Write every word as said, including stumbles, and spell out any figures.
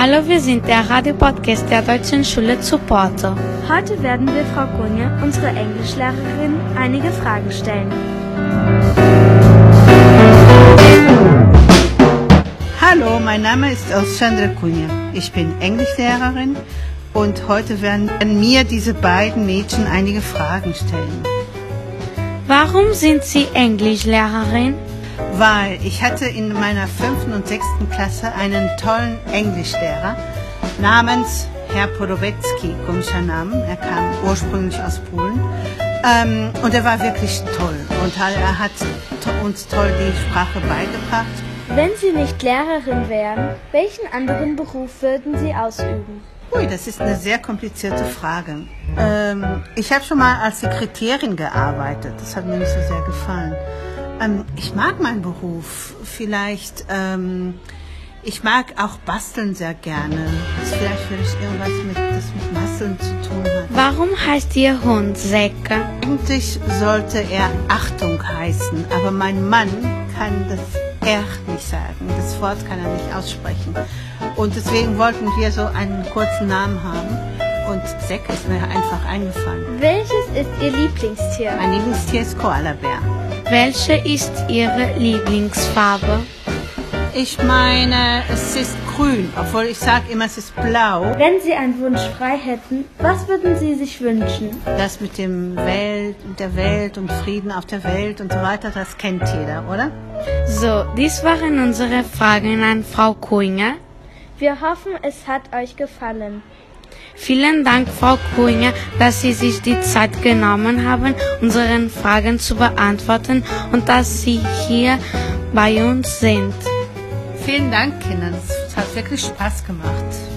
Hallo, wir sind der Radiopodcast der Deutschen Schule zu Porto. Heute werden wir Frau Cunha, unsere Englischlehrerin, einige Fragen stellen. Hallo, mein Name ist Alexandra Cunha. Ich bin Englischlehrerin und heute werden mir diese beiden Mädchen einige Fragen stellen. Warum sind Sie Englischlehrerin? Weil ich hatte in meiner fünften und sechsten Klasse einen tollen Englischlehrer namens Herr Podobecki, komischer Name. Er kam ursprünglich aus Polen ähm, und er war wirklich toll und er hat uns toll die Sprache beigebracht. Wenn Sie nicht Lehrerin wären, welchen anderen Beruf würden Sie ausüben? Ui, das ist eine sehr komplizierte Frage. Ähm, ich habe schon mal als Sekretärin gearbeitet. Das hat mir nicht so sehr gefallen. Ähm, ich mag meinen Beruf. Vielleicht, ähm, ich mag auch basteln sehr gerne. Das ist vielleicht vielleicht irgendwas mit, das mit Basteln zu tun hat. Warum heißt Ihr Hund Säcke? Eigentlich sollte er Achtung heißen, aber mein Mann kann das R nicht sagen. Das Wort kann er nicht aussprechen. Und deswegen wollten wir so einen kurzen Namen haben. Und Säcke ist mir einfach eingefallen. Welches ist Ihr Lieblingstier? Mein Lieblingstier ist Koalabär. Welche ist Ihre Lieblingsfarbe? Ich meine, es ist grün, obwohl ich sage immer, es ist blau. Wenn Sie einen Wunsch frei hätten, was würden Sie sich wünschen? Das mit dem Welt, mit der Welt und Frieden auf der Welt und so weiter, das kennt jeder, oder? So, dies waren unsere Fragen an Frau Cunha. Wir hoffen, es hat euch gefallen. Vielen Dank, Frau Cunha, dass Sie sich die Zeit genommen haben, unsere Fragen zu beantworten und dass Sie hier bei uns sind. Vielen Dank, Kinder. Es hat wirklich Spaß gemacht.